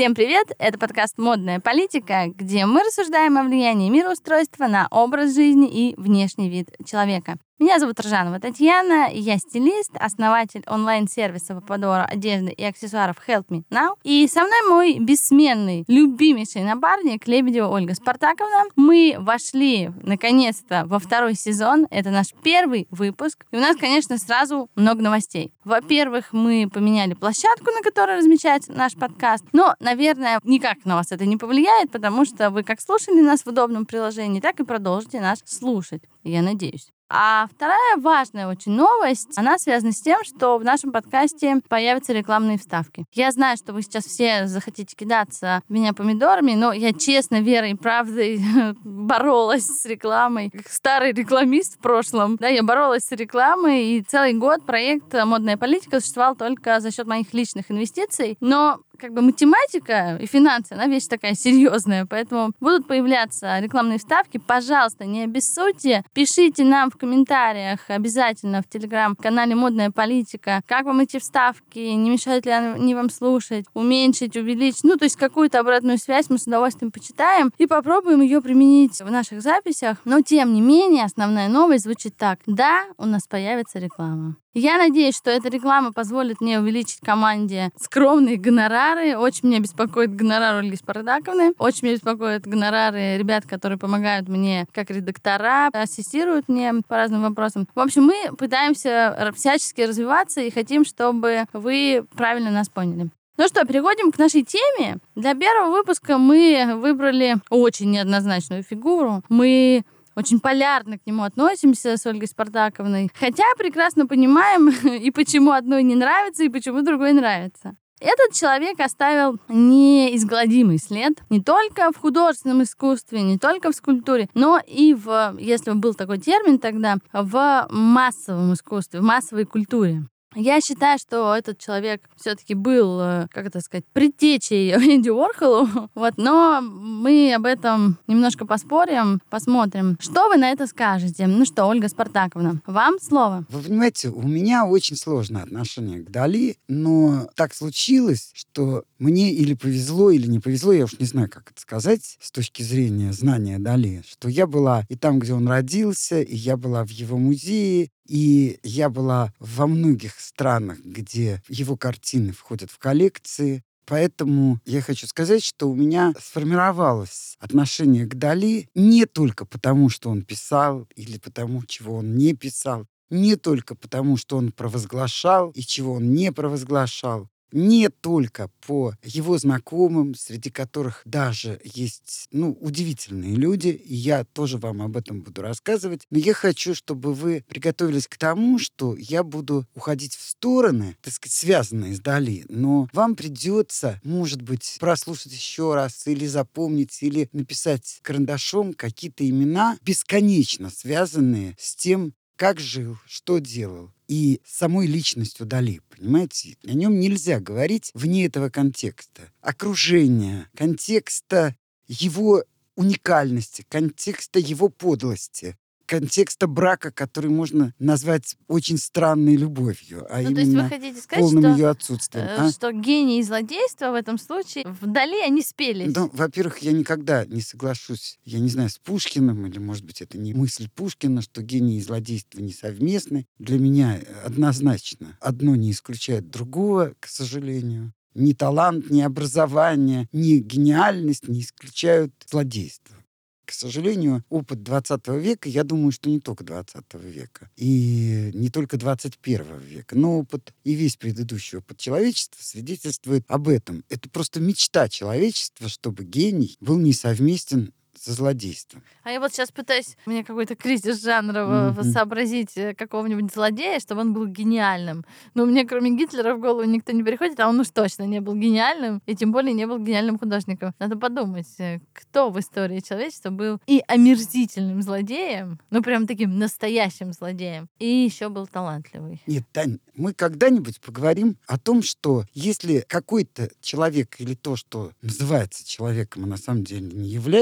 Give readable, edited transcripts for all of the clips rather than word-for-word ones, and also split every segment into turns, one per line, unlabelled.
Всем привет! Это подкаст «Модная политика», где мы рассуждаем о влиянии мироустройства на образ жизни и внешний вид человека. Меня зовут Ржанова Татьяна, я стилист, основатель онлайн-сервиса по подбору одежды и аксессуаров Help Me Now. И со мной мой бессменный, любимейший напарник Лебедева Ольга Спартаковна. Мы вошли, наконец-то, во второй сезон. Это наш первый выпуск. И у нас, конечно, сразу много новостей. Во-первых, мы поменяли площадку, на которой размещается наш подкаст. Но, наверное, никак на вас это не повлияет, потому что вы как слушали нас в удобном приложении, так и продолжите нас слушать. Я надеюсь. А вторая важная очень новость, она связана с тем, что в нашем подкасте появятся рекламные вставки. Я знаю, что вы сейчас все захотите кидаться в меня помидорами, но я честно, верой и правдой боролась с рекламой. Как старый рекламист в прошлом, да, я боролась с рекламой, и целый год проект «Модная политика» существовал только за счет моих личных инвестиций. Но математика и финансы, она вещь такая серьезная, поэтому будут появляться рекламные вставки. Пожалуйста, не обессудьте, пишите нам в комментариях обязательно в телеграм-канале «Модная политика», как вам эти вставки, не мешают ли они вам слушать, уменьшить, увеличить, то есть какую-то обратную связь мы с удовольствием почитаем и попробуем ее применить в наших записях. Но, тем не менее, основная новость звучит так. Да, у нас появится реклама. Я надеюсь, что эта реклама позволит мне увеличить команде скромные гонорары. Очень меня беспокоит гонорар Ольги Спартаковны. Очень меня беспокоят гонорары ребят, которые помогают мне как редактора, ассистируют мне по разным вопросам. В общем, мы пытаемся всячески развиваться и хотим, чтобы вы правильно нас поняли. Ну что, переходим к нашей теме. Для первого выпуска мы выбрали очень неоднозначную фигуру. Мы очень полярно к нему относимся с Ольгой Спартаковной. Хотя прекрасно понимаем, и почему одной не нравится, и почему другой нравится. Этот человек оставил неизгладимый след не только в художественном искусстве, не только в скульптуре, но и если был такой термин тогда, в массовом искусстве, в массовой культуре. Я считаю, что этот человек все-таки был, предтечей Энди Уорхолу, но мы об этом немножко поспорим, посмотрим. Что вы на это скажете? Ну что, Ольга Спартаковна, вам слово.
Вы понимаете, у меня очень сложное отношение к Дали, но так случилось, что мне или повезло, или не повезло, я уж не знаю, как это сказать, с точки зрения знания Дали, что я была и там, где он родился, и я была в его музее, и я была во многих странах, где его картины входят в коллекции. Поэтому я хочу сказать, что у меня сформировалось отношение к Дали не только потому, что он писал, или потому, чего он не писал, не только потому, что он провозглашал и чего он не провозглашал, не только по его знакомым, среди которых даже есть, удивительные люди, и я тоже вам об этом буду рассказывать. Но я хочу, чтобы вы приготовились к тому, что я буду уходить в стороны, так сказать, связанные с Дали, но вам придется, может быть, прослушать еще раз, или запомнить, или написать карандашом какие-то имена, бесконечно связанные с тем, как жил, что делал. И самой личностью Дали, понимаете? О нем нельзя говорить вне этого контекста. Окружения, контекста его уникальности, контекста его подлости, контекста брака, который можно назвать очень странной любовью, а именно
то есть вы хотите сказать,
полным ее отсутствием.
Что гений и злодейство в этом случае вдали они спелись?
Во-первых, я никогда не соглашусь, я не знаю, с Пушкиным, или, может быть, это не мысль Пушкина, что гений и злодейство не совместны. Для меня однозначно одно не исключает другого, к сожалению. Ни талант, ни образование, ни гениальность не исключают злодейство. К сожалению, опыт 20 века, я думаю, что не только 20 века, и не только 21 века, но опыт и весь предыдущий опыт человечества свидетельствует об этом. Это просто мечта человечества, чтобы гений был несовместен со злодейством.
А я вот сейчас пытаюсь, у меня какой-то кризис жанра сообразить какого-нибудь злодея, чтобы он был гениальным. Но мне, кроме Гитлера, в голову никто не приходит, а он уж точно не был гениальным, и тем более не был гениальным художником. Надо подумать, кто в истории человечества был и омерзительным злодеем, прям таким настоящим злодеем, и еще был талантливый.
Нет, Тань, мы когда-нибудь поговорим о том, что если какой-то человек или то, что называется человеком, а на самом деле не является человеком,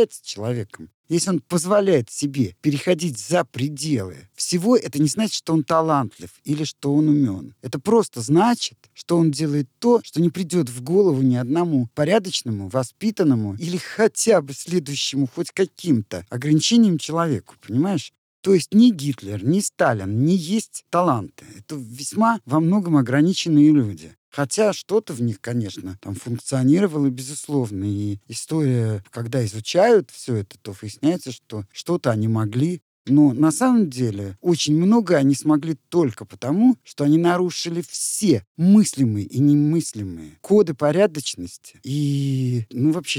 человеком. Если он позволяет себе переходить за пределы всего, это не значит, что он талантлив или что он умен. Это просто значит, что он делает то, что не придет в голову ни одному порядочному, воспитанному или хотя бы следующему хоть каким-то ограничениям человеку, понимаешь? То есть ни Гитлер, ни Сталин не есть таланты. Это весьма во многом ограниченные люди. Хотя что-то в них, конечно, там функционировало, безусловно. И история, когда изучают все это, то выясняется, что что-то они могли. Но на самом деле очень многое они смогли только потому, что они нарушили все мыслимые и немыслимые коды порядочности. И, вообще,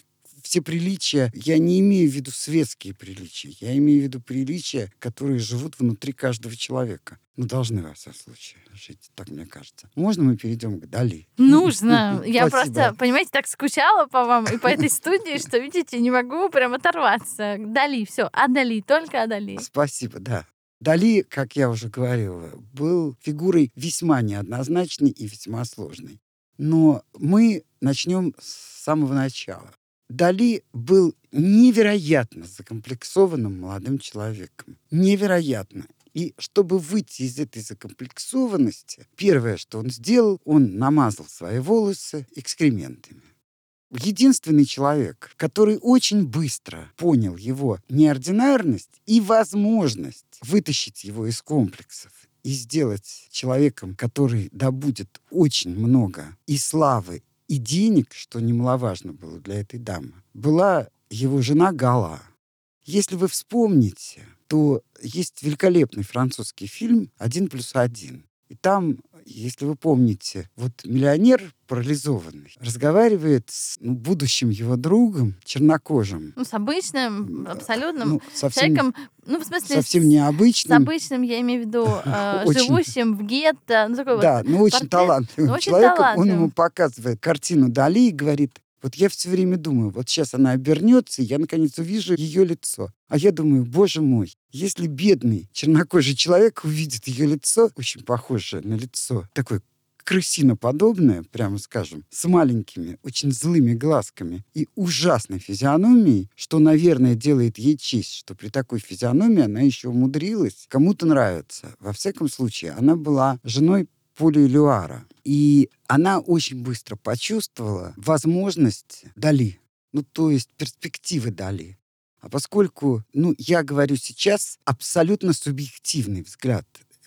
все приличия, я не имею в виду светские приличия, я имею в виду приличия, которые живут внутри каждого человека. Должны, во всяком случае, жить, так мне кажется. Можно мы перейдем к Дали?
Нужно. Я
Спасибо.
просто, понимаете, так скучала по вам и по этой студии, что, видите, не могу прям оторваться. Дали, все, о Дали, только о Дали.
Спасибо, да. Дали, как я уже говорил, был фигурой весьма неоднозначной и весьма сложной. Но мы начнем с самого начала. Дали был невероятно закомплексованным молодым человеком. Невероятно. И чтобы выйти из этой закомплексованности, первое, что он сделал, он намазал свои волосы экскрементами. Единственный человек, который очень быстро понял его неординарность и возможность вытащить его из комплексов и сделать человеком, который добудет очень много и славы, и денег, что немаловажно было для этой дамы, была его жена Гала. Если вы вспомните, то есть великолепный французский фильм «1+1». И там, если вы помните, миллионер парализованный разговаривает с будущим его другом, чернокожим.
С обычным, абсолютным
совсем,
человеком, в смысле,
совсем необычным.
С обычным, я имею в виду, живущим в гетто.
Да, очень талантливым человеком.
Талантливым.
Он ему показывает картину Дали и говорит: я все время думаю, сейчас она обернется, и я, наконец, увижу ее лицо. А я думаю, боже мой, если бедный чернокожий человек увидит ее лицо, очень похожее на лицо, такое крысиноподобное, прямо скажем, с маленькими, очень злыми глазками и ужасной физиономией, что, наверное, делает ей честь, что при такой физиономии она еще умудрилась кому-то нравиться. Во всяком случае, она была женой Поля Элюара. И она очень быстро почувствовала возможность Дали, то есть перспективы Дали. А поскольку, я говорю сейчас абсолютно субъективный взгляд,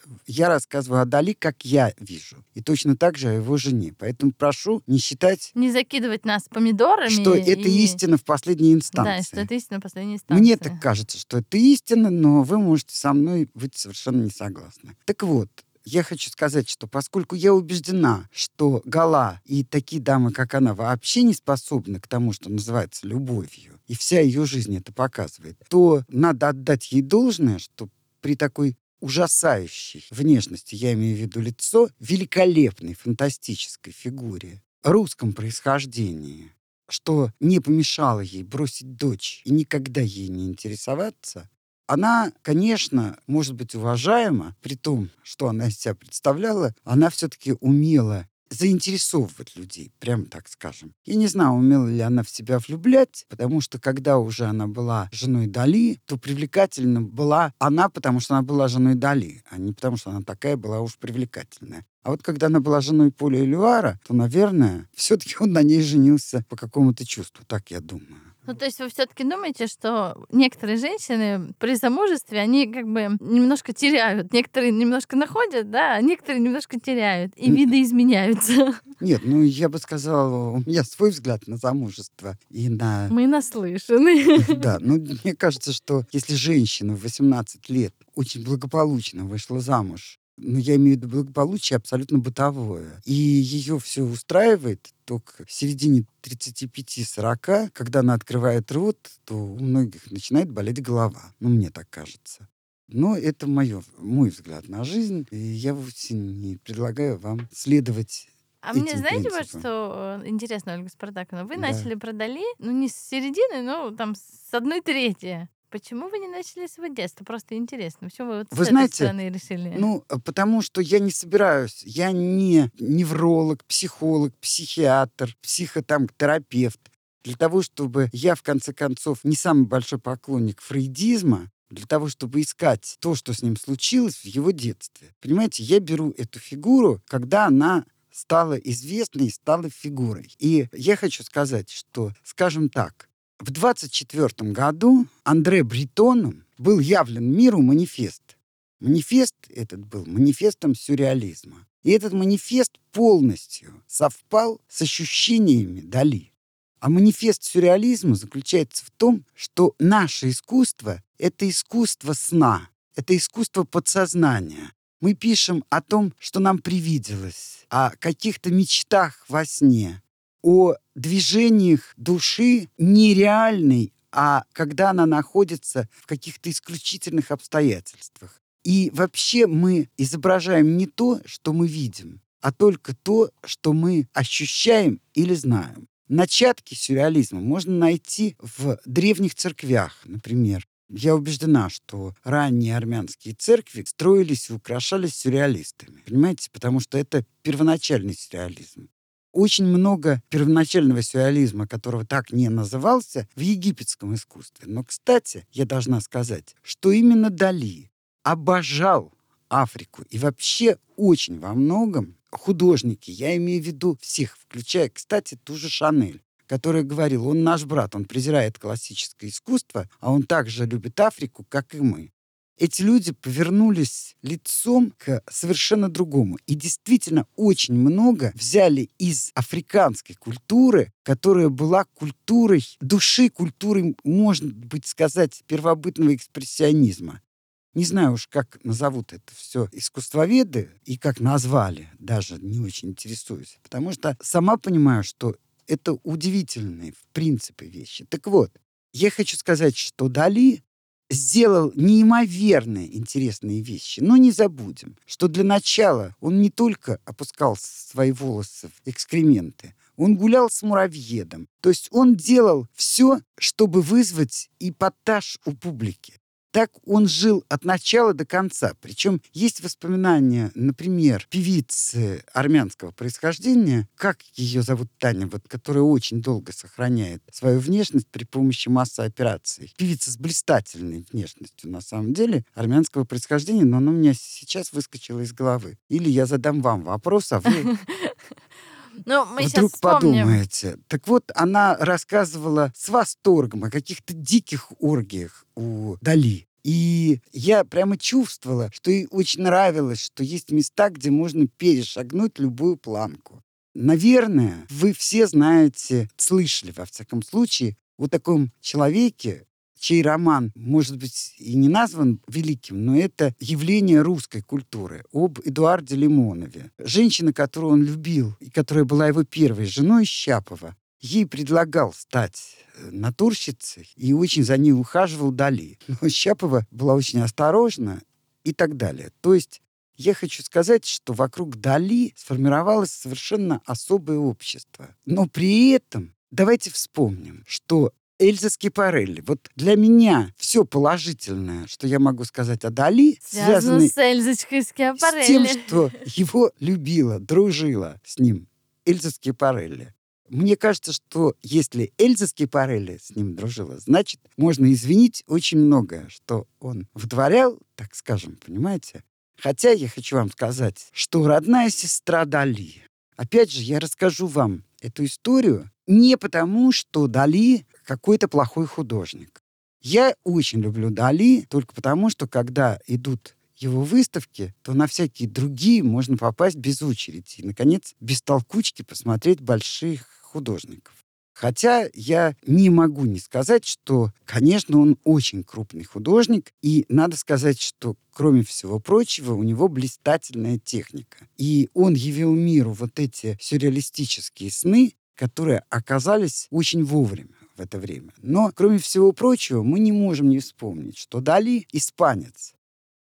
я рассказываю о Дали, как я вижу, и точно так же о его жене. Поэтому прошу не считать...
Не закидывать нас помидорами.
Что это истина в последней инстанции.
Да, что это истина в последней инстанции.
Мне так кажется, что это истина, но вы можете со мной быть совершенно не согласны. Так вот, я хочу сказать, что поскольку я убеждена, что Гала и такие дамы, как она, вообще не способны к тому, что называется любовью, и вся ее жизнь это показывает, то надо отдать ей должное, что при такой ужасающей внешности, я имею в виду лицо, великолепной, фантастической фигуре, русском происхождении, что не помешало ей бросить дочь и никогда ей не интересоваться, она, конечно, может быть уважаема, при том, что она из себя представляла, она все-таки умела заинтересовывать людей, прямо так скажем. Я не знаю, умела ли она в себя влюблять, потому что когда уже она была женой Дали, то привлекательна была она, потому что она была женой Дали, а не потому что она такая была уж привлекательная. А когда она была женой Поля Элюара, то, наверное, все-таки он на ней женился по какому-то чувству, так я думаю.
То есть вы все-таки думаете, что некоторые женщины при замужестве, они немножко теряют. Некоторые немножко находят, да, а некоторые немножко теряют. И видоизменяются.
Нет, я бы сказала, у меня свой взгляд на замужество.
Мы наслышаны.
Да, мне кажется, что если женщина в 18 лет очень благополучно вышла замуж, я имею в виду благополучие абсолютно бытовое, и ее все устраивает, то к середине 35-40, когда она открывает рот, то у многих начинает болеть голова. Мне так кажется. Но это мой взгляд на жизнь, и я вовсе не предлагаю вам следовать этим
мне, знаете,
принципам.
что интересно, Ольга Спартаковна? Вы
Да.
начали про Дали, не с середины, с 1/3. Почему вы не начали с его детства? Просто интересно. Почему вы с этой стороны решили?
Потому что я не собираюсь. Я не невролог, психолог, психиатр, психотерапевт. для того, чтобы я, в конце концов, не самый большой поклонник фрейдизма, для того, чтобы искать то, что с ним случилось в его детстве. Понимаете, я беру эту фигуру, когда она стала известной и стала фигурой. И я хочу сказать, что, скажем так, в 1924 году Андре Бретоном был явлен миру манифест. Манифест этот был манифестом сюрреализма. И этот манифест полностью совпал с ощущениями Дали. А манифест сюрреализма заключается в том, что наше искусство — это искусство сна, это искусство подсознания. Мы пишем о том, что нам привиделось, о каких-то мечтах во сне, о движениях души нереальной, а когда она находится в каких-то исключительных обстоятельствах. И вообще мы изображаем не то, что мы видим, а только то, что мы ощущаем или знаем. Начатки сюрреализма можно найти в древних церквях, например. Я убеждена, что ранние армянские церкви строились и украшались сюрреалистами. Понимаете? Потому что это первоначальный сюрреализм. Очень много первоначального сюрреализма, которого так не назывался, в египетском искусстве. Но, кстати, я должна сказать, что именно Дали обожал Африку. И вообще очень во многом художники, я имею в виду всех, включая, кстати, ту же Шанель, которая говорила, он наш брат, он презирает классическое искусство, а он также любит Африку, как и мы. Эти люди повернулись лицом к совершенно другому. И действительно очень много взяли из африканской культуры, которая была культурой души, культурой, можно быть сказать, первобытного экспрессионизма. Не знаю уж, как назовут это все искусствоведы и как назвали, даже не очень интересуюсь. Потому что сама понимаю, что это удивительные, в принципе, вещи. Так вот, я хочу сказать, что Дали сделал неимоверно интересные вещи. Но не забудем, что для начала он не только опускал свои волосы в экскременты, он гулял с муравьедом. То есть он делал все, чтобы вызвать эпатаж у публики. Так он жил от начала до конца. Причем есть воспоминания, например, певицы армянского происхождения, как ее зовут, Таня, вот, которая очень долго сохраняет свою внешность при помощи массы операций. Певица с блистательной внешностью, на самом деле, армянского происхождения, но она у меня сейчас выскочила из головы. Или я задам вам вопрос, а вы...
Ну, мы
вдруг
сейчас вспомним.
подумаете. Так вот, она рассказывала с восторгом о каких-то диких оргиях у Дали. И я прямо чувствовала, что ей очень нравилось, что есть места, где можно перешагнуть любую планку. Наверное, вы все знаете, слышали, во всяком случае, о таком человеке, чей роман, может быть, и не назван великим, но это явление русской культуры, об Эдуарде Лимонове. Женщина, которую он любил, и которая была его первой женой, Щапова, ей предлагал стать натурщицей и очень за ней ухаживал Дали. Но Щапова была очень осторожна и так далее. То есть я хочу сказать, что вокруг Дали сформировалось совершенно особое общество. Но при этом давайте вспомним, что Эльза Скипарелли. Вот для меня все положительное, что я могу сказать о Дали,
Связано
связано
с Эльзочкой
с тем,
Скиапарелли.
что его любила, дружила с ним Эльза Скипарелли. Мне кажется, что если Эльза Скипарелли с ним дружила, значит, можно извинить очень многое, что он вытворял, так скажем, понимаете? Хотя я хочу вам сказать, что родная сестра Дали. Опять же, я расскажу вам эту историю не потому, что Дали какой-то плохой художник. Я очень люблю Дали только потому, что когда идут его выставки, то на всякие другие можно попасть без очереди. И, наконец, без толкучки посмотреть больших художников. Хотя я не могу не сказать, что, конечно, он очень крупный художник, и надо сказать, что, кроме всего прочего, у него блистательная техника. И он явил миру вот эти сюрреалистические сны, которые оказались очень вовремя в это время. Но, кроме всего прочего, мы не можем не вспомнить, что Дали — испанец.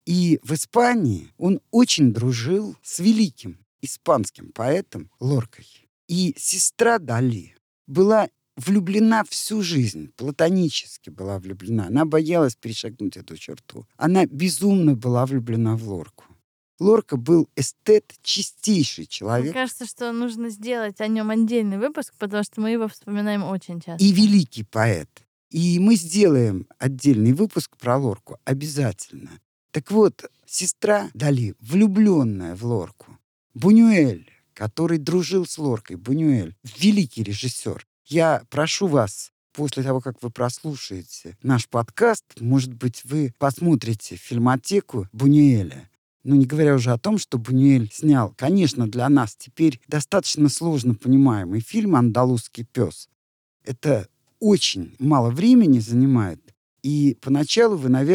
И в Испании он очень дружил с великим испанским поэтом Лоркой. И сестра Дали была влюблена всю жизнь, платонически была влюблена. Она боялась перешагнуть эту черту. Она безумно была влюблена в Лорку. Лорка был эстет, чистейший
Мне
человек
кажется, что нужно сделать о нем отдельный выпуск, потому что мы его вспоминаем очень часто.
и великий поэт. И мы сделаем отдельный выпуск про Лорку обязательно. Так вот, сестра Дали, влюбленная в Лорку, Бунюэль, который дружил с Лоркой, Бунюэль, великий режиссер. Я прошу вас, после того, как вы прослушаете наш подкаст, может быть, вы посмотрите фильмотеку Бунюэля. Ну, не говоря уже о том, что Бунюэль снял, конечно, для нас теперь достаточно сложно понимаемый фильм «Андалузский пес». Это очень мало времени занимает. И поначалу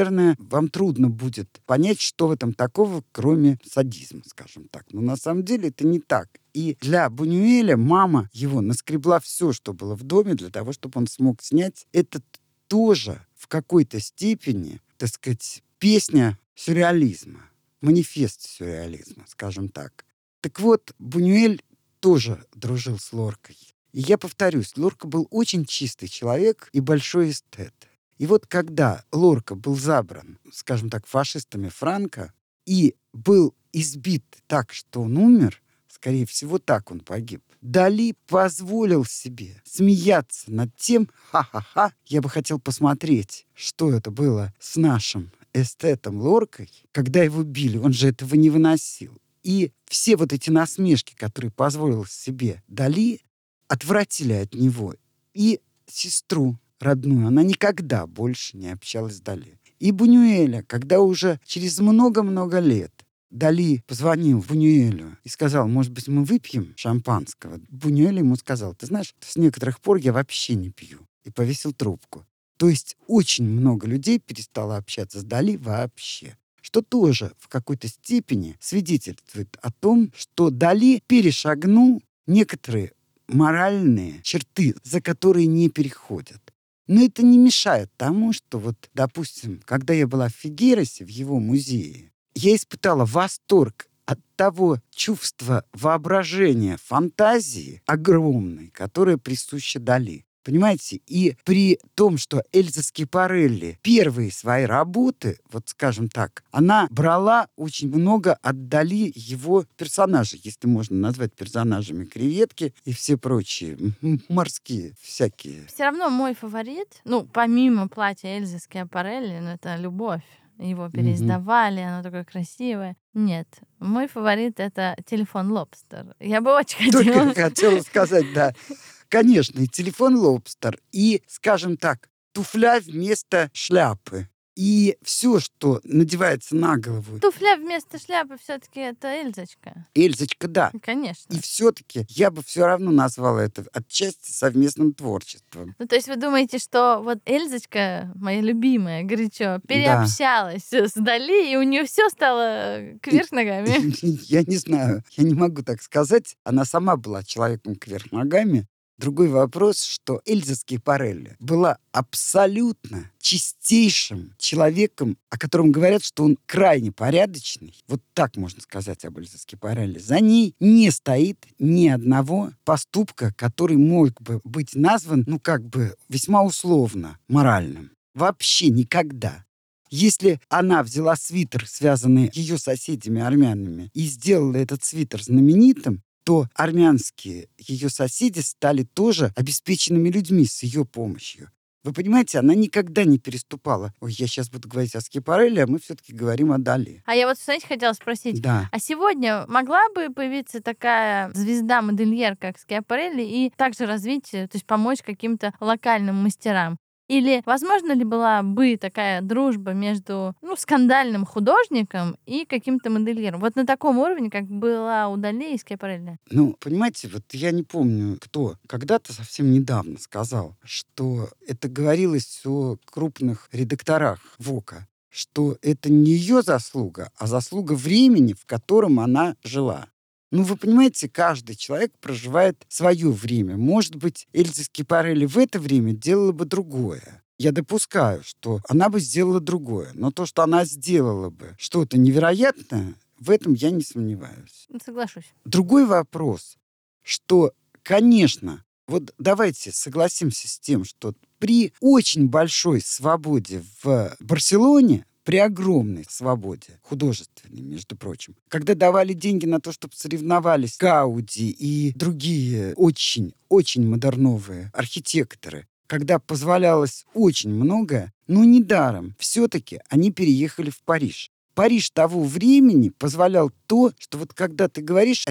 вам трудно будет понять, что в этом такого, кроме садизма, скажем так. Но на самом деле это не так. И для Бунюэля мама его наскребла все, что было в доме, для того, чтобы он смог снять. Это тоже в какой-то степени, так сказать, песня сюрреализма, манифест сюрреализма, скажем так. Так вот, Бунюэль тоже дружил с Лоркой. И я повторюсь, Лорка был очень чистый человек и большой эстет. И вот когда Лорка был забран, скажем так, фашистами Франко и был избит так, что он умер, скорее всего, так он погиб, Дали позволил себе смеяться над тем, ха-ха-ха, я бы хотел посмотреть, что это было с нашим эстетом Лоркой, когда его били, он же этого не выносил. И все вот эти насмешки, которые позволил себе Дали, отвратили от него и сестру родную. Она никогда больше не общалась с Дали. И Бунюэля, когда уже через много-много лет Дали позвонил Бунюэлю и сказал, может быть, мы выпьем шампанского. Бунюэль ему сказал, ты знаешь, с некоторых пор я вообще не пью. И повесил трубку. То есть очень много людей перестало общаться с Дали вообще. Что тоже в какой-то степени свидетельствует о том, что Дали перешагнул некоторые моральные черты, за которые не переходят. Но это не мешает тому, что вот, допустим, когда я была в Фигейросе, в его музее, я испытала восторг от того чувства воображения, фантазии огромной, которое присуще Дали. Понимаете? И при том, что Эльза Скипарелли первые свои работы, вот скажем так, она брала очень много от Дали его персонажей, если можно назвать персонажами креветки и все прочие морские всякие.
Все равно мой фаворит, ну, помимо платья Эльзы Скиапарелли, ну, это «Любовь». Его переиздавали, оно такое красивое. Нет, мой фаворит — это «Телефон Лобстер». Я бы очень хотела...
Только хотела сказать, да. Конечно, и телефон Лобстер, и, скажем так, туфля вместо шляпы. И все, что надевается на голову.
Туфля вместо шляпы все-таки это Эльзочка.
Эльзочка, да.
Конечно.
И все-таки я бы все равно назвала это отчасти совместным творчеством.
Ну, то есть вы думаете, что вот Эльзочка, моя любимая, горячо, переобщалась с Дали, и у нее все стало кверх ногами?
Я не знаю, я не могу так сказать. Она сама была человеком кверх ногами. Другой вопрос, что Эльза Скипарелли была абсолютно чистейшим человеком, о котором говорят, что он крайне порядочный. Вот так можно сказать об Эльзе Скипарелли. За ней не стоит ни одного поступка, который мог бы быть назван, ну, как бы весьма условно моральным. Вообще никогда. Если она взяла свитер, связанный ее соседями-армянами, и сделала этот свитер знаменитым, то армянские ее соседи стали тоже обеспеченными людьми с ее помощью. Вы понимаете, она никогда не переступала. Ой, я сейчас буду говорить о Скипарелли, а мы все-таки говорим о Дали.
А я вот, знаете, хотела спросить,
Да.
а сегодня могла бы появиться такая звезда-модельер, как Скиапарелли, и также развить, то есть помочь каким-то локальным мастерам? Или возможно ли была бы такая дружба между, ну, скандальным художником и каким-то модельером? Вот на таком уровне, как была у Дали и Скиапарелли.
Ну, понимаете, вот я не помню, кто когда-то совсем недавно сказал, что это говорилось о крупных редакторах ВОКа, что это не ее заслуга, а заслуга времени, в котором она жила. Ну, вы понимаете, каждый человек проживает свое время. Может быть, Эльза Скипарелли в это время делала бы другое. Я допускаю, что она бы сделала другое. Но то, что она сделала бы что-то невероятное, в этом я не сомневаюсь.
Соглашусь.
Другой вопрос, что, конечно, вот давайте согласимся с тем, что при очень большой свободе в Барселоне, при огромной свободе, художественной, между прочим. Когда давали деньги на то, чтобы соревновались Гауди и другие очень модерновые архитекторы, когда позволялось очень многое, но недаром все-таки они переехали в Париж. Париж того времени позволял то, что вот когда ты говоришь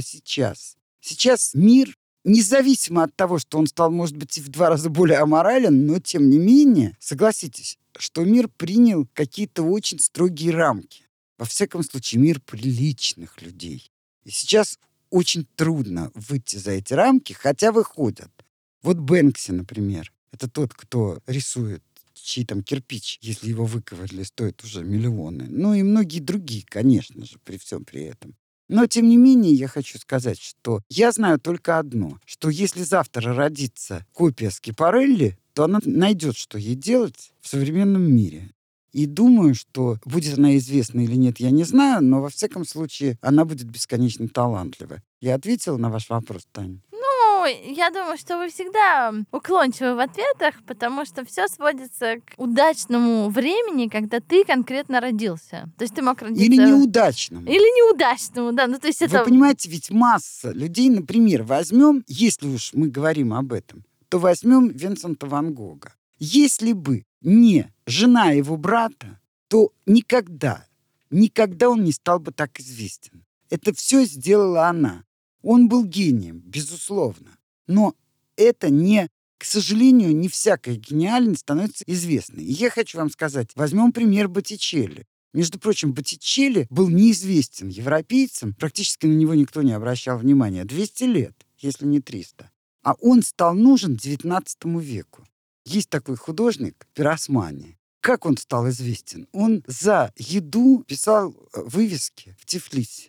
сейчас мир, независимо от того, что он стал, может быть, и в 2 раза более аморален, но тем не менее, согласитесь, что мир принял какие-то очень строгие рамки. Во всяком случае, мир приличных людей. И сейчас очень трудно выйти за эти рамки, хотя выходят. Вот Бэнкси, например, это тот, кто рисует чей там кирпич, если его выковырили, стоит уже миллионы. Ну и многие другие, конечно же, при всем при этом. Но, тем не менее, я хочу сказать, что я знаю только одно, что если завтра родится копия Скипарелли, то она найдет, что ей делать в современном мире. И думаю, что будет она известна или нет, я не знаю, но, во всяком случае, она будет бесконечно талантлива. Я ответила на ваш вопрос, Таня?
Ну, я думаю, что вы всегда уклончивы в ответах, потому что все сводится к удачному времени, когда ты конкретно родился. То есть ты мог родиться...
Или неудачному.
Или неудачному, да. Ну, то есть это...
Вы понимаете, ведь масса людей, например, возьмем, если уж мы говорим об этом, то возьмем Винсента Ван Гога. Если бы не жена его брата, то никогда он не стал бы так известен. Это все сделала она. Он был гением, безусловно. Но это к сожалению, не всякая гениальность становится известной. И я хочу вам сказать, возьмем пример Боттичелли. Между прочим, Боттичелли был неизвестен европейцам, практически на него никто не обращал внимания. 200 лет, если не 300. А он стал нужен XIX веку. Есть такой художник Пиросмани. Как он стал известен? Он за еду писал вывески в Тифлисе.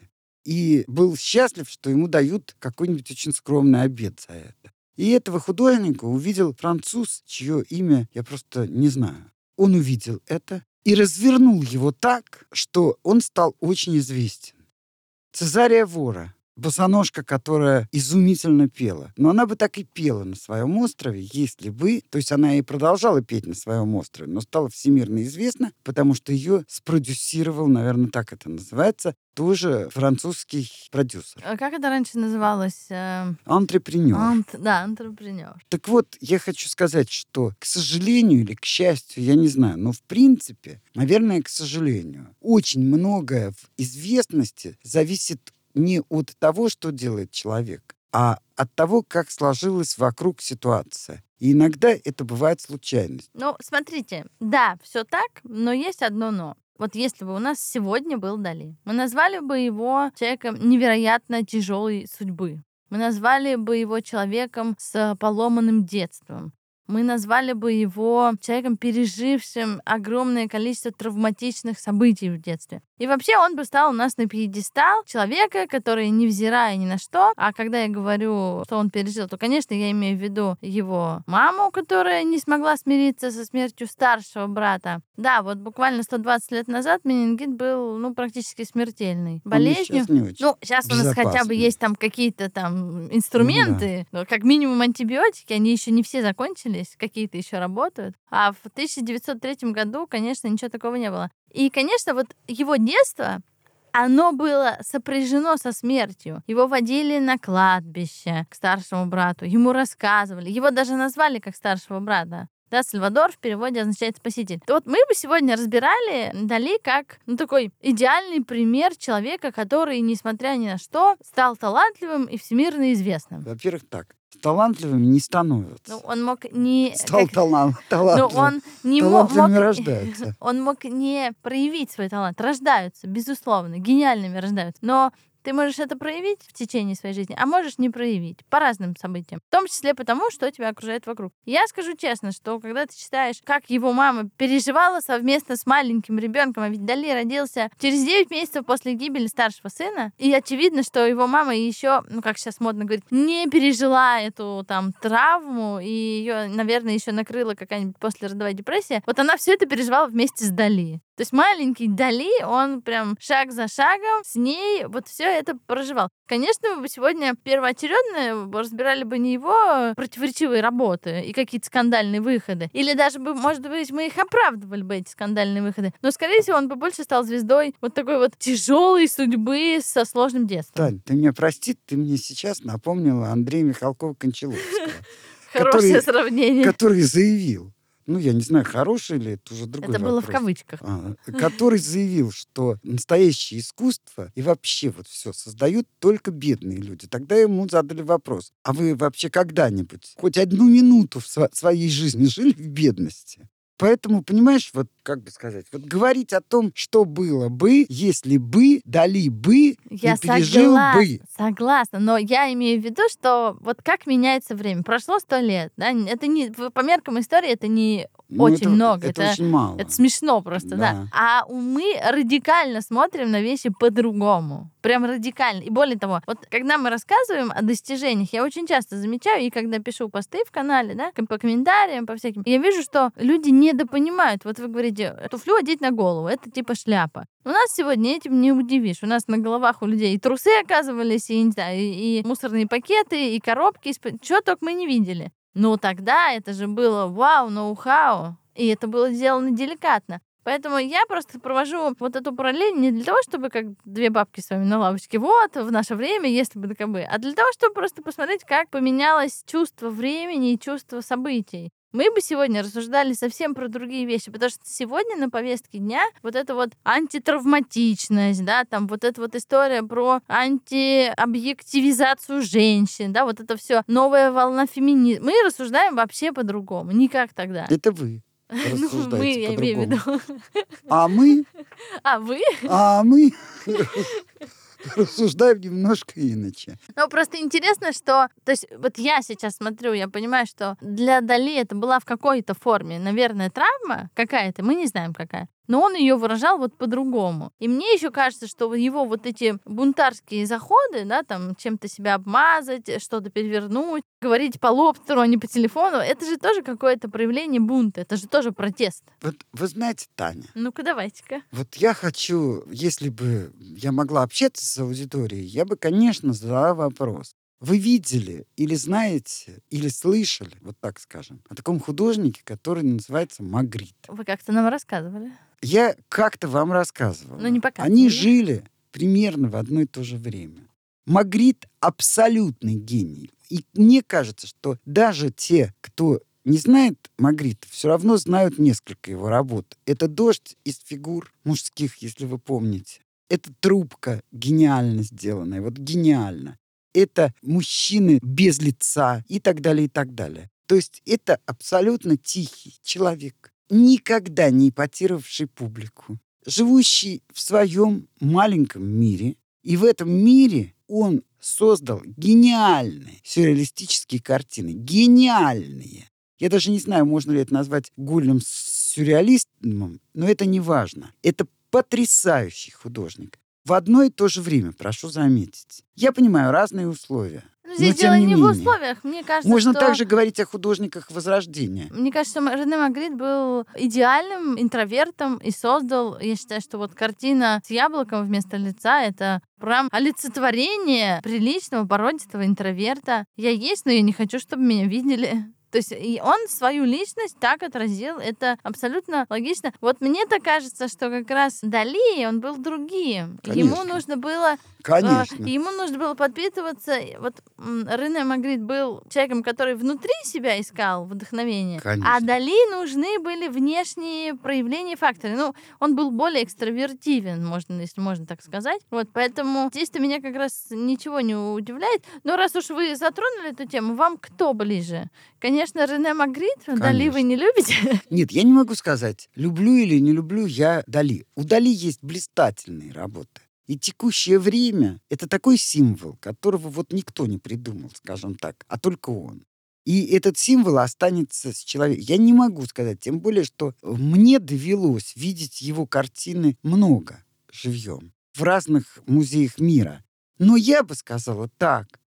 И был счастлив, что ему дают какой-нибудь очень скромный обед за это. И этого художника увидел француз, чье имя я просто не знаю. Он увидел это и развернул его так, что он стал очень известен. Цезария Вора, босоножка, которая изумительно пела. Но она бы так и пела на своем острове, если бы... То есть она и продолжала петь на своем острове, но стала всемирно известна, потому что ее спродюсировал, наверное, так это называется, тоже французский продюсер.
А как это раньше называлось?
Антрепренер.
Да, антрепренер.
Так вот, я хочу сказать, что, к сожалению или к счастью, я не знаю, но в принципе, наверное, к сожалению, очень многое в известности зависит не от того, что делает человек, а от того, как сложилась вокруг ситуация. И иногда это бывает случайность.
Ну, смотрите, да, все так, но есть одно но. Вот если бы у нас сегодня был Дали, мы назвали бы его человеком невероятно тяжелой судьбы. Мы назвали бы его человеком с поломанным детством. Мы назвали бы его человеком, пережившим огромное количество травматичных событий в детстве. И вообще он бы стал у нас на пьедестал человека, который, невзирая ни на что, а когда я говорю, что он пережил, то, конечно, я имею в виду его маму, которая не смогла смириться со смертью старшего брата. Да, вот буквально 120 лет назад менингит был, практически смертельной болезнью.
Сейчас не очень
Сейчас у нас хотя бы есть там какие-то там инструменты, как минимум антибиотики, они еще не все закончились, какие-то еще работают. А в 1903 году, конечно, ничего такого не было. И, конечно, вот его детство, оно было сопряжено со смертью. Его водили на кладбище к старшему брату, ему рассказывали, его даже назвали как старшего брата. Да, Сальвадор в переводе означает спаситель. То вот мы бы сегодня разбирали Дали как такой идеальный пример человека, который, несмотря ни на что, стал талантливым и всемирно известным.
Во-первых, так. Талантливыми не становятся.
Он мог не...
Стал талантливым.
Он не
талантливыми рождаются.
Он мог не проявить свой талант. Рождаются, безусловно, гениальными рождаются. Но ты можешь это проявить в течение своей жизни, а можешь не проявить по разным событиям. В том числе потому, что тебя окружает вокруг. Я скажу честно, что когда ты читаешь, как его мама переживала совместно с маленьким ребенком, а ведь Дали родился через 9 месяцев после гибели старшего сына, и очевидно, что его мама еще, как сейчас модно говорить, не пережила эту там травму, и ее, наверное, еще накрыла какая-нибудь послеродовая депрессия. Вот она все это переживала вместе с Дали. То есть маленький Дали, он прям шаг за шагом с ней вот все это проживал. Конечно, мы бы сегодня первоочередно разбирали бы не его противоречивые работы и какие-то скандальные выходы. Или даже бы, может быть, мы их оправдывали бы, эти скандальные выходы. Но, скорее всего, он бы больше стал звездой вот такой вот тяжелой судьбы со сложным детством.
Тань, ты меня прости, ты мне сейчас напомнила Андрея Михалкова-Кончаловского,
Хорошее сравнение.
который заявил, ну, я не знаю, хороший ли, это уже другой
Это
вопрос.
было в кавычках.
Который заявил, что настоящее искусство и вообще вот все создают только бедные люди. Тогда ему задали вопрос, а вы вообще когда-нибудь хоть одну минуту в своей жизни жили в бедности? Поэтому, понимаешь, вот как бы сказать, вот говорить о том, что было бы, если бы, Дали бы,
Я
и пережил бы.
согласна, но я имею в виду, что вот как меняется время. Прошло 100 лет, да? Это не, по меркам истории это не очень много.
Это очень мало.
Это смешно просто, да. А мы радикально смотрим на вещи по-другому. Прям радикально. И более того, вот когда мы рассказываем о достижениях, я очень часто замечаю, и когда пишу посты в канале, да, по комментариям, по всяким, я вижу, что люди недопонимают. Вот вы говорите, туфлю одеть на голову, это типа шляпа. У нас сегодня этим не удивишь. У нас на головах у людей и трусы оказывались, и, не знаю, и мусорные пакеты, и коробки, чего только мы не видели. Но тогда это же было вау, ноу-хау, и это было сделано деликатно. Поэтому я просто провожу вот эту параллель не для того, чтобы как две бабки с вами на лавочке, вот, в наше время, если бы ДКБ, а для того, чтобы просто посмотреть, как поменялось чувство времени и чувство событий. Мы бы сегодня рассуждали совсем про другие вещи, потому что сегодня на повестке дня вот эта вот антитравматичность, да, там вот эта вот история про антиобъективизацию женщин, да, вот это все новая волна феминизма. Мы рассуждаем вообще по-другому, не как тогда.
Это вы
Ну,
рассуждаете
мы, я имею в виду.
А мы?
А вы?
А мы рассуждаем немножко иначе.
Ну, просто интересно, что... То есть вот я сейчас смотрю, я понимаю, что для Дали это была в какой-то форме, наверное, травма какая-то, мы не знаем какая. Но он ее выражал вот по-другому. И мне еще кажется, что его вот эти бунтарские заходы, да, там чем-то себя обмазать, что-то перевернуть, говорить по лобстеру, а не по телефону, это же тоже какое-то проявление бунта, это же тоже протест.
Вот вы знаете, Таня,
Ну-ка, давайте-ка.
вот я хочу, если бы я могла общаться с аудиторией, я бы, конечно, задала вопрос. Вы видели или знаете, или слышали, вот так скажем, о таком художнике, который называется Магрит?
Вы как-то нам рассказывали.
Я как-то вам рассказывала.
Ну, не показывали.
Они жили примерно в одно и то же время. Магрит абсолютный гений. И мне кажется, что даже те, кто не знает Магрита, все равно знают несколько его работ. Это «Дождь из фигур мужских», если вы помните. Это «Трубка», гениально сделанная, вот гениально. Это «Мужчины без лица» и так далее, и так далее. То есть это абсолютно тихий человек, никогда не эпатировавший публику, живущий в своем маленьком мире. И в этом мире он создал гениальные сюрреалистические картины. Гениальные. Я даже не знаю, можно ли это назвать гульным сюрреализмом, но это не важно. Это потрясающий художник. В одно и то же время, прошу заметить. Я понимаю, разные условия.
Ну, здесь дело не в условиях. Мне кажется,
можно
что...
также говорить о художниках Возрождения.
Мне кажется, что Рене Магрит был идеальным интровертом и создал, я считаю, что вот картина с яблоком вместо лица — это прям олицетворение приличного, породистого интроверта. Я есть, но я не хочу, чтобы меня видели. То есть и он свою личность так отразил, это абсолютно логично. Вот мне-то кажется, что как раз Дали, он был другим.
Конечно.
Ему нужно было...
Конечно.
Ему нужно было подпитываться. Вот Рене Магрит был человеком, который внутри себя искал вдохновение.
Конечно.
А Дали нужны были внешние проявления, факторы. Ну, он был более экстравертивен, можно, если можно так сказать. Вот, поэтому здесь-то меня как раз ничего не удивляет. Но раз уж вы затронули эту тему, вам кто ближе? Конечно, Рене Магрит. Дали вы не любите?
Нет, я не могу сказать, люблю или не люблю я Дали. У Дали есть блистательные работы. И текущее время — это такой символ, которого вот никто не придумал, скажем так, а только он. И этот символ останется с человеком. Я не могу сказать, тем более, что мне довелось видеть его картины много живьем в разных музеях мира. Но я бы сказала так,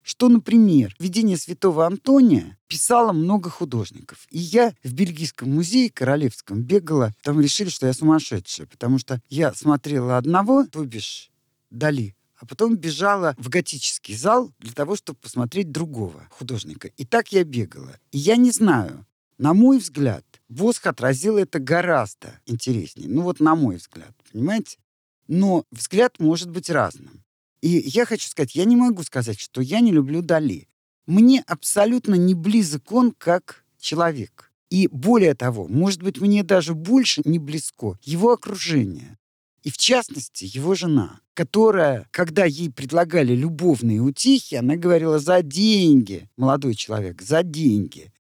что, например, «Видение святого Антония» писало много художников. И я в Бельгийском музее Королевском бегала, там решили, что я сумасшедшая, потому что я смотрела одного, то бишь Дали, а потом бежала в готический зал для того, чтобы посмотреть другого художника. И так я бегала. И я не знаю, на мой взгляд, Босх отразил это гораздо интереснее. Ну вот на мой взгляд, понимаете? Но взгляд может быть разным. И я хочу сказать, я не могу сказать, что я не люблю Дали. Мне абсолютно не близок он как человек. И более того, может быть, мне даже больше не близко его окружение. И в частности, его жена, которая, когда ей предлагали любовные утехи, она говорила: за деньги, молодой человек, за деньги.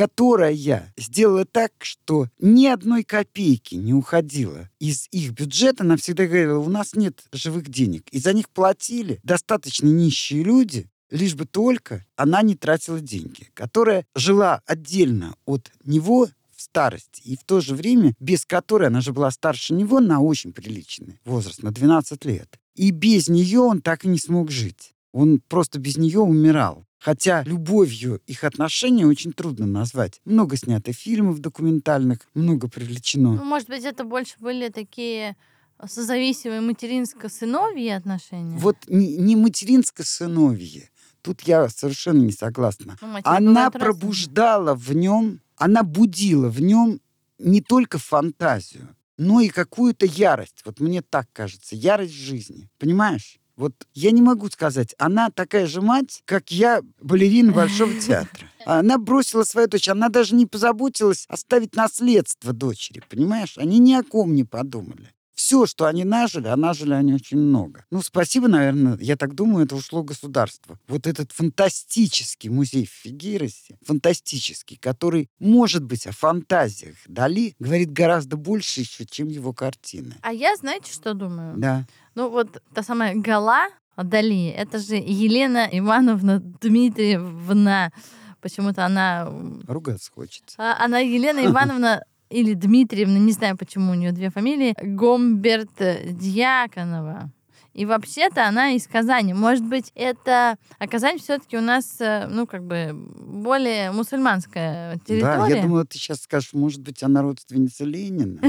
Которая сделала так, что ни одной копейки не уходила из их бюджета. Она всегда говорила: у нас нет живых денег. И за них платили достаточно нищие люди, лишь бы только она не тратила деньги. Которая жила отдельно от него в старости, и в то же время без которой, она же была старше него на очень приличный возраст, на 12 лет. И без нее он так и не смог жить. Он просто без нее умирал. Хотя любовью их отношения очень трудно назвать. Много снято фильмов документальных, много привлечено.
Ну, может быть, это больше были такие созависимые материнско-сыновьи отношения?
Вот не материнско-сыновье. Тут я совершенно не согласна. Она пробуждала в нем, она будила в нем не только фантазию, но и какую-то ярость. Вот мне так кажется, ярость жизни. Понимаешь? Вот я не могу сказать, она такая же мать, как я, балерина Большого театра. Она бросила свою дочь, она даже не позаботилась оставить наследство дочери, понимаешь? Они ни о ком не подумали. Все, что они нажили, а нажили они очень много. Ну, спасибо, наверное, я так думаю, это ушло государство. Вот этот фантастический музей в Фигейросе, фантастический, который, может быть, о фантазиях Дали говорит гораздо больше еще, чем его картины.
А я, знаете, что думаю?
Да.
Ну, вот та самая Гала Дали, это же Елена Ивановна Дмитриевна. Почему-то она...
Ругаться хочется.
Она Елена Ивановна или Дмитриевна, не знаю, почему у нее две фамилии, Гомберт-Дьяконова. И вообще-то она из Казани. Может быть, это... А Казань все-таки у нас, ну, как бы, более мусульманская территория.
Да, я думала, ты сейчас скажешь, может быть, она родственница Ленина.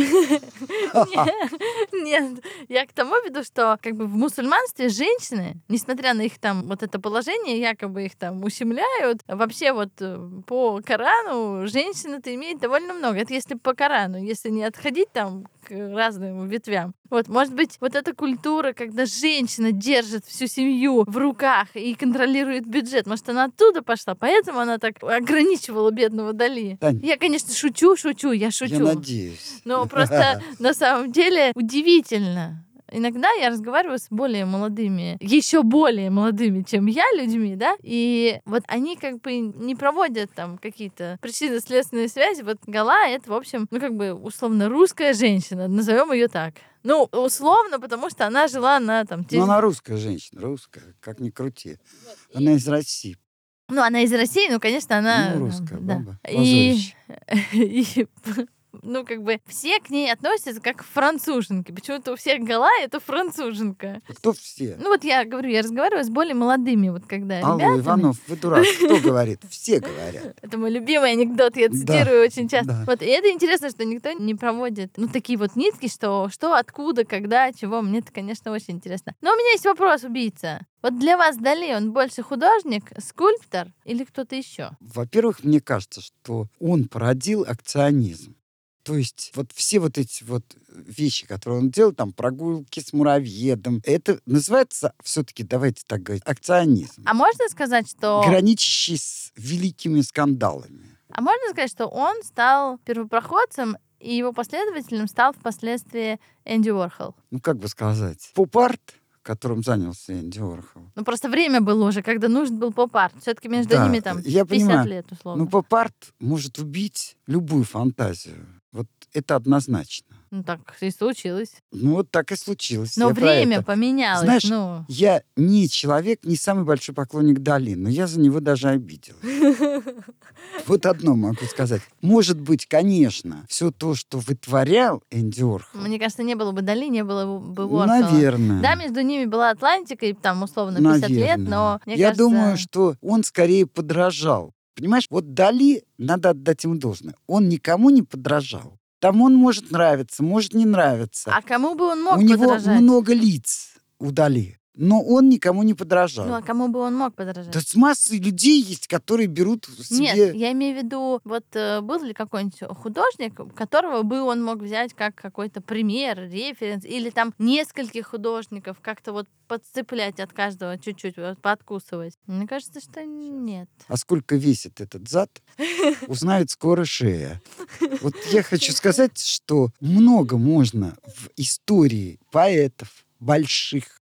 Нет, я к тому веду, что как бы в мусульманстве женщины, несмотря на их там вот это положение, якобы их там ущемляют, вообще вот по Корану женщина-то имеет довольно много. Это если по Корану, если не отходить там к разным ветвям. Вот, может быть, вот эта культура, когда женщина держит всю семью в руках и контролирует бюджет, может, она оттуда пошла, поэтому она так ограничивала бедного Дали.
Тань,
Я, конечно, шучу.
я надеюсь.
Но просто на самом деле удивительно. Иногда я разговариваю с более молодыми, еще более молодыми, чем я, людьми, да, и вот они как бы не проводят там какие-то причинно-следственные связи. Вот Гала — это, в общем, ну как бы условно русская женщина, назовем ее так. Ну, условно, потому что она жила на там...
Ну, она русская женщина, русская, как ни крути. Она из России.
Ну, она из России, ну, конечно, она...
Ну, русская баба.
И ну, как бы, все к ней относятся как к француженке. Почему-то у всех Гала — это француженка.
Кто все?
Ну, вот я говорю, я разговариваю с более молодыми, вот когда
Алло,
ребятами.
Иванов, вы дурак. Кто говорит? Все говорят.
Это мой любимый анекдот, я цитирую очень часто.
Да.
Вот, и это интересно, что никто не проводит, ну, такие вот нитки, что, откуда, когда, чего. Мне это, конечно, очень интересно. Но у меня есть вопрос, убийца. Вот для вас Дали, он больше художник, скульптор или кто-то еще?
Во-первых, мне кажется, что он породил акционизм. То есть вот все вот эти вот вещи, которые он делал, там прогулки с муравьедом, это называется все-таки, давайте так говорить, акционизм.
А можно сказать, что...
Граничащий с великими скандалами.
А можно сказать, что он стал первопроходцем, и его последователем стал впоследствии Энди Уорхол?
Ну, как бы сказать, поп-арт, которым занялся Энди Уорхол.
Ну, просто время было уже, когда нужен был поп-арт. Все-таки между ними там
я
50
понимаю,
лет, условно.
но поп-арт может убить любую фантазию. Вот это однозначно.
Ну, так и случилось.
Ну, вот так и случилось.
Но
Я про
время
это.
поменялось.
Знаешь,
Ну.
я не человек, не самый большой поклонник Дали, но я за него даже обиделась. Вот одно могу сказать. Может быть, конечно, все то, что вытворял Энди Уорхол,
Мне кажется, не было бы Дали, не было бы Уорхола.
наверное.
Да, между ними была Атлантика, и там условно 50 лет,
Наверное.
но мне
Я
кажется...
думаю, что он скорее подражал. Понимаешь, вот Дали, надо отдать ему должное, он никому не подражал. Там он может нравиться, может не нравиться.
А кому бы он мог
У него
подражать?
много лиц у Дали, но он никому не подражал.
Ну, а кому бы он мог подражать?
Да с массой людей есть, которые берут себе...
Нет, я имею в виду, вот был ли какой-нибудь художник, которого бы он мог взять как какой-то пример, референс, или там нескольких художников как-то вот подцеплять от каждого чуть-чуть, вот, подкусывать? Мне кажется, что нет.
А сколько весит этот зад, узнает скоро шея. Вот я хочу сказать, что много можно в истории поэтов, больших.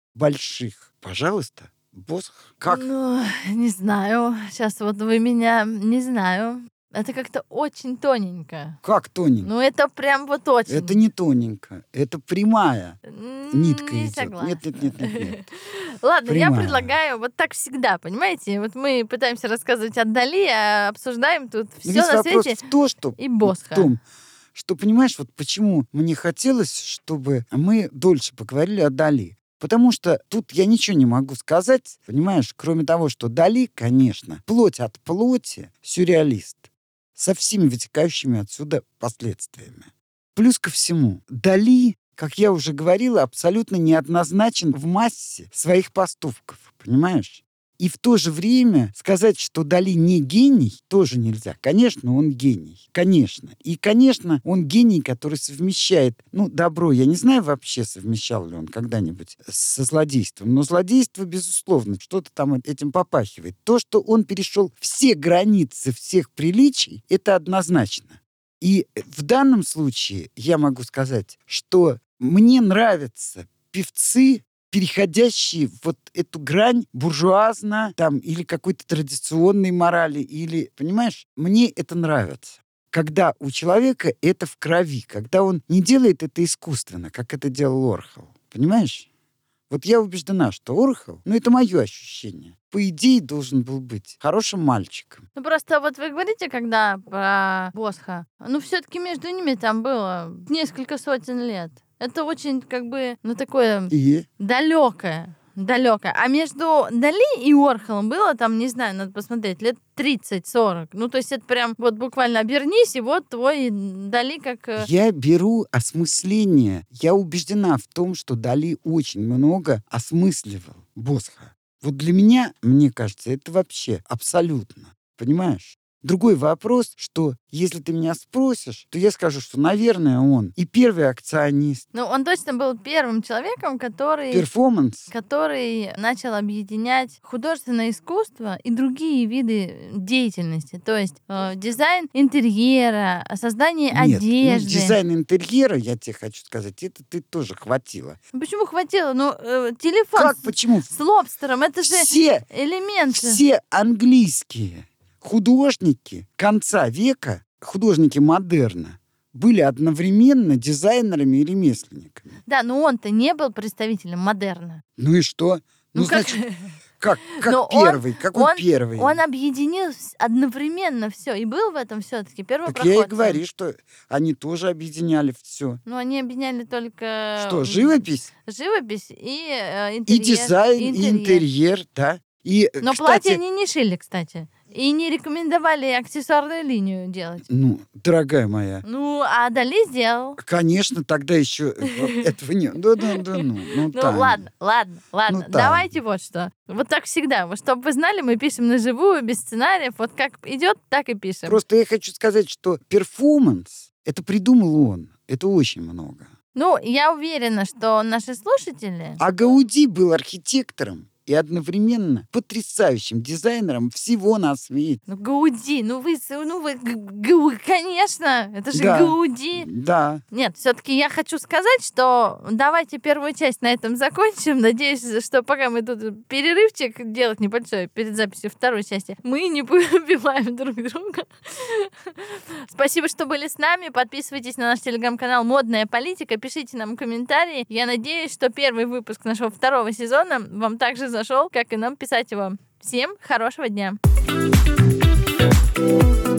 Пожалуйста, Босх. Как?
Ну, не знаю. Сейчас вот вы меня... Не знаю. Это как-то очень тоненько.
Как тоненько?
Ну, это прям вот очень.
Это не тоненько, это прямая нитка
Не
идет.
согласна.
Нет.
Ладно, я
Прямая.
предлагаю вот так всегда, понимаете? Вот мы пытаемся рассказывать о Дали, а обсуждаем тут все
Весь
на
вопрос
свете
в том, что
и Босха.
в том, что, понимаешь, вот почему мне хотелось, чтобы мы дольше поговорили о Дали. Потому что тут я ничего не могу сказать, понимаешь, кроме того, что Дали, конечно, плоть от плоти, сюрреалист, со всеми вытекающими отсюда последствиями. Плюс ко всему, Дали, как я уже говорила, абсолютно неоднозначен в массе своих поступков, понимаешь? И в то же время сказать, что Дали не гений, тоже нельзя. Конечно, он гений. Конечно. И, конечно, он гений, который совмещает, добро. Я не знаю вообще, совмещал ли он когда-нибудь со злодейством. Но злодейство, безусловно, что-то там этим попахивает. То, что он перешел все границы всех приличий, это однозначно. И в данном случае я могу сказать, что мне нравятся певцы, переходящие вот эту грань буржуазно там, или какой-то традиционной морали, или, понимаешь, мне это нравится. Когда у человека это в крови, когда он не делает это искусственно, как это делал Уорхол. Понимаешь? Вот я убеждена, что Уорхол, это мое ощущение, по идее должен был быть хорошим мальчиком.
Ну, просто вот вы говорите, когда про Босха, все-таки между ними там было несколько сотен лет. Это очень, такое
И?
далекое. А между Дали и Уорхолом было там, не знаю, надо посмотреть, лет 30-40. То есть это прям вот буквально обернись, и вот твой Дали как...
Я беру осмысление. Я убеждена в том, что Дали очень много осмысливал Босха. Вот для меня, мне кажется, это вообще абсолютно. Понимаешь? Другой вопрос, что если ты меня спросишь, то я скажу, что, наверное, он и первый акционист.
Он точно был первым человеком, который начал объединять художественное искусство и другие виды деятельности. То есть дизайн интерьера, создание одежды.
Дизайн интерьера, я тебе хочу сказать, это ты тоже хватило.
Почему хватило? Телефон
как, почему?
С лобстером, это же элементы.
Все английские художники конца века, художники модерна, были одновременно дизайнерами и ремесленниками.
Да, но он-то не был представителем модерна.
Ну и что? Значит, как первый? Какой первый?
Он объединил одновременно все. И был в этом все-таки первопроходцем.
Так я и говорю, что они тоже объединяли все.
Они объединяли только...
Что, живопись?
Живопись и интерьер.
И дизайн, и интерьер, да.
Но платья они не шили, кстати. И не рекомендовали аксессуарную линию делать.
Дорогая моя.
А Дали сделал.
Конечно, тогда еще этого нет.
Ладно. Давайте вот что. Вот так всегда. Чтобы вы знали, мы пишем на живую, без сценариев. Вот как идет, так и пишем.
Просто я хочу сказать, что перформанс, это придумал он. Это очень много.
Я уверена, что наши слушатели...
А Гауди был архитектором и одновременно потрясающим дизайнером всего на свете.
Ну, Гауди, конечно, это же
Да.
Гауди.
Да.
Нет, все-таки я хочу сказать, что давайте первую часть на этом закончим. Надеюсь, что пока мы тут перерывчик делать небольшой перед записью второй части, мы не убиваем друг друга. Спасибо, что были с нами. Подписывайтесь на наш телеграм-канал «Модная политика», пишите нам комментарии. Я надеюсь, что первый выпуск нашего второго сезона вам также зашел, как и нам писать его. Всем хорошего дня!